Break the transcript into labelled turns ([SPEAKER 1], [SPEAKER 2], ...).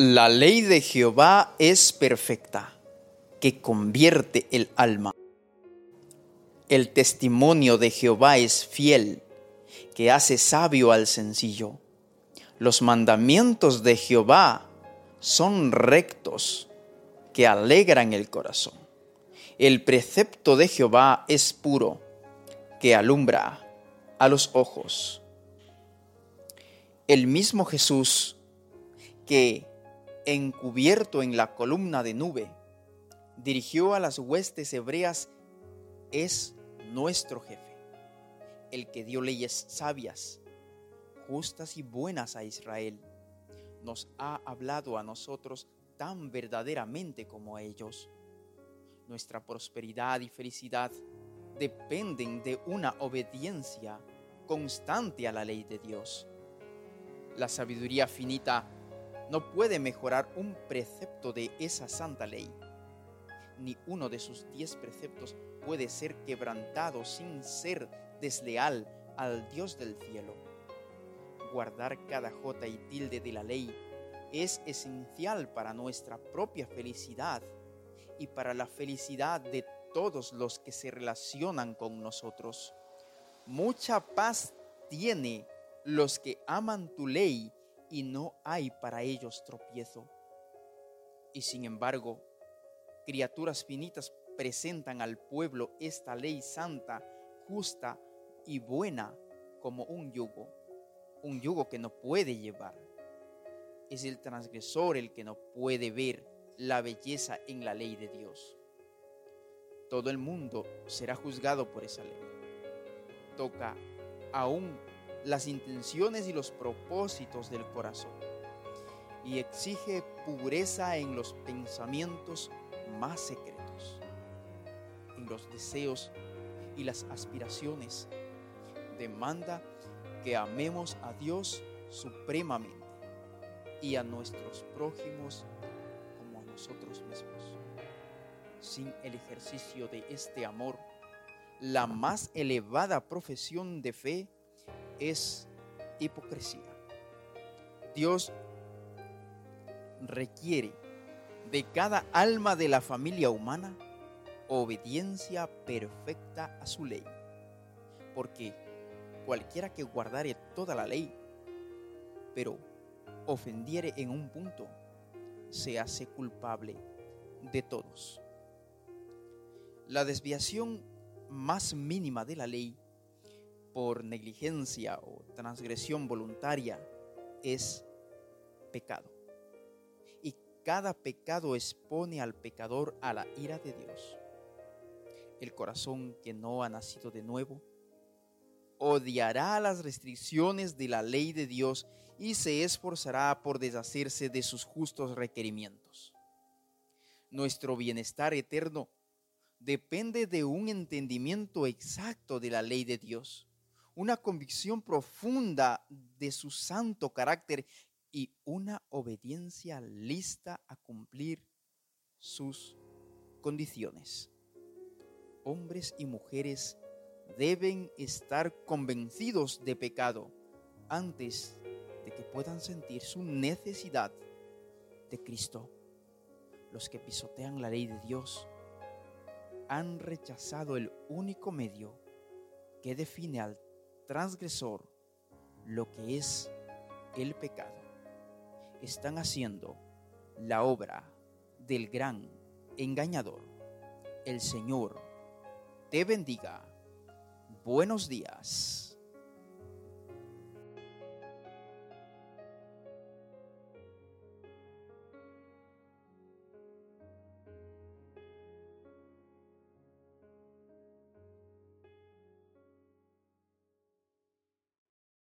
[SPEAKER 1] La ley de Jehová es perfecta, que convierte el alma. El testimonio de Jehová es fiel, que hace sabio al sencillo. Los mandamientos de Jehová son rectos, que alegran el corazón. El precepto de Jehová es puro, que alumbra a los ojos. El mismo Jesús, que encubierto en la columna de nube, dirigió a las huestes hebreas, es nuestro jefe, el que dio leyes sabias, justas y buenas a Israel. Nos ha hablado a nosotros tan verdaderamente como a ellos. Nuestra prosperidad y felicidad dependen de una obediencia constante a la ley de Dios. La sabiduría finita no puede mejorar un precepto de esa santa ley. Ni uno de sus 10 preceptos puede ser quebrantado sin ser desleal al Dios del cielo. Guardar cada jota y tilde de la ley es esencial para nuestra propia felicidad y para la felicidad de todos los que se relacionan con nosotros. Mucha paz tiene los que aman tu ley y no hay para ellos tropiezo. Y sin embargo, criaturas finitas presentan al pueblo esta ley santa, justa y buena como un yugo que no puede llevar. Es el transgresor el que no puede ver la belleza en la ley de Dios. Todo el mundo será juzgado por esa ley. Toca aún las intenciones y los propósitos del corazón y exige pureza en los pensamientos más secretos, en los deseos y las aspiraciones. Demanda que amemos a Dios supremamente y a nuestros prójimos como a nosotros mismos. Sin el ejercicio de este amor, la más elevada profesión de fe es hipocresía. Dios requiere de cada alma de la familia humana obediencia perfecta a su ley, porque cualquiera que guardare toda la ley, pero ofendiere en un punto, se hace culpable de todos. La desviación más mínima de la ley por negligencia o transgresión voluntaria es pecado. Y cada pecado expone al pecador a la ira de Dios. El corazón que no ha nacido de nuevo odiará las restricciones de la ley de Dios y se esforzará por deshacerse de sus justos requerimientos. Nuestro bienestar eterno depende de un entendimiento exacto de la ley de Dios, una convicción profunda de su santo carácter y una obediencia lista a cumplir sus condiciones. Hombres y mujeres deben estar convencidos de pecado antes de que puedan sentir su necesidad de Cristo. Los que pisotean la ley de Dios han rechazado el único medio que define al transgresor lo que es el pecado. Están haciendo la obra del gran engañador. El Señor te bendiga. Buenos días.